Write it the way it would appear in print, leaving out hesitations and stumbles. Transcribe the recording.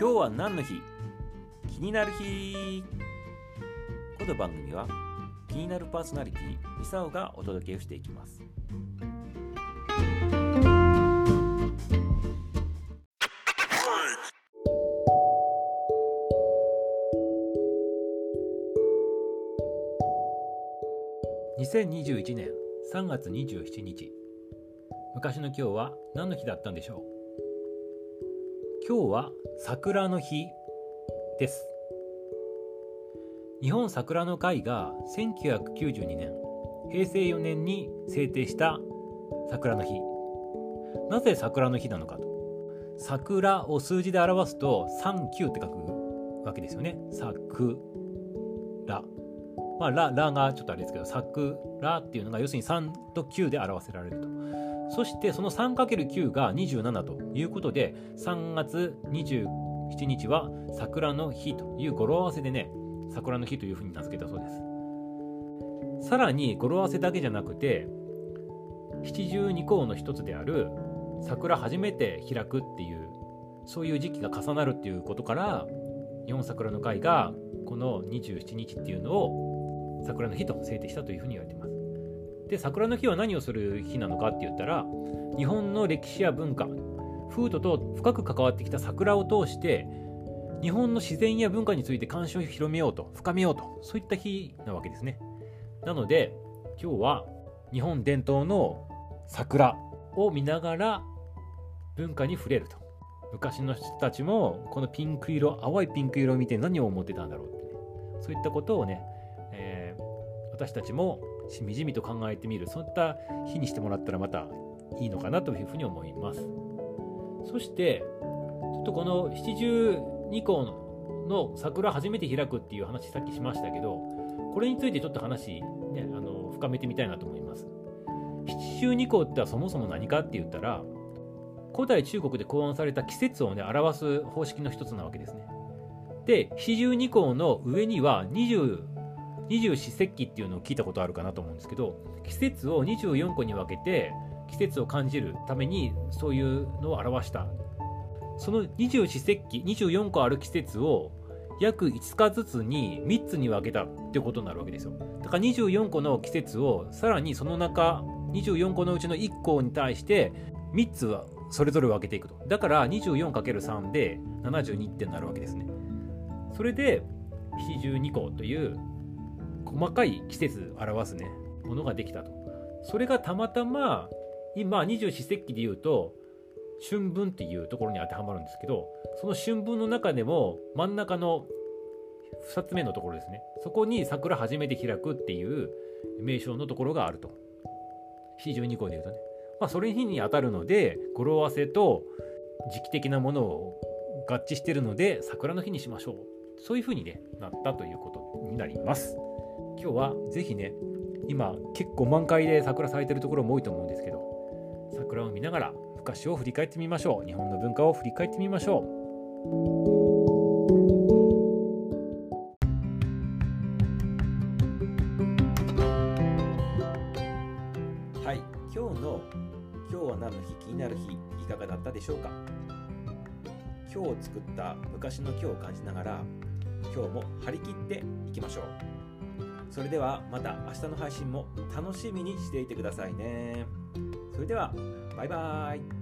今日は何の日？気になる日。この番組は気になるパーソナリティミサオがお届けをしていきます。2021年3月27日、昔の今日は何の日だったんでしょう。今日は桜の日です。日本桜の会が1992年平成4年に制定した桜の日。なぜ桜の日なのかと。桜を数字で表すと39って書くわけですよね。桜、ラがちょっとあれですけど、桜っていうのが要するに3と9で表せられると。そしてその 3×9 が27ということで、3月27日は桜の日という語呂合わせでね、桜の日というふうに名付けたそうです。さらに語呂合わせだけじゃなくて、七十二候の一つである桜初めて開くっていう、そういう時期が重なるっていうことから、日本桜の会がこの27日っていうのを桜の日と制定したというふうに言われています。で、桜の日は何をする日なのかって言ったら、日本の歴史や文化、風土と深く関わってきた桜を通して日本の自然や文化について関心を広めようと、深めようと、そういった日なわけですね。なので今日は日本伝統の桜を見ながら文化に触れると。昔の人たちもこのピンク色、淡いピンク色を見て何を思ってたんだろうってね、そういったことをね、私たちもしみじみと考えてみる、そういった日にしてもらったらまたいいのかなというふうに思います。そしてちょっとこの七十二候の桜初めて開くっていう話さっきしましたけど、これについてちょっと話、ね、深めてみたいなと思います。七十二候ってそもそも何かって言ったら、古代中国で考案された季節をね表す方式の一つなわけですね。で、七十二候の上には二十四節気っていうのを聞いたことあるかなと思うんですけど、季節を24個に分けて季節を感じるためにそういうのを表した、その二十四節気24個ある季節を約5日ずつに3つに分けたってことになるわけですよ。だから24個の季節をさらにその中24個のうちの1個に対して3つはそれぞれ分けていくと。だから 24×3 で72ってなるわけですね。それで七十二候という細かい季節を表すねものができたと。それがたまたま今二十四節気でいうと春分っていうところに当てはまるんですけど、その春分の中でも真ん中の2つ目のところですね、そこに桜初めて開くっていう名称のところがあると。七十二候でいうとね、それに当たるので語呂合わせと時期的なものを合致しているので桜の日にしましょう、そういうふうに、ね、なったということになります。今日はぜひね、今結構満開で桜咲いてるところも多いと思うんですけど、桜を見ながら昔を振り返ってみましょう。日本の文化を振り返ってみましょう。はい、今日は何の日、気になる日、いかがだったでしょうか。今日作った昔の今日を感じながら、今日も張り切っていきましょう。それではまた明日の配信も楽しみにしていてくださいね。それではバイバイ。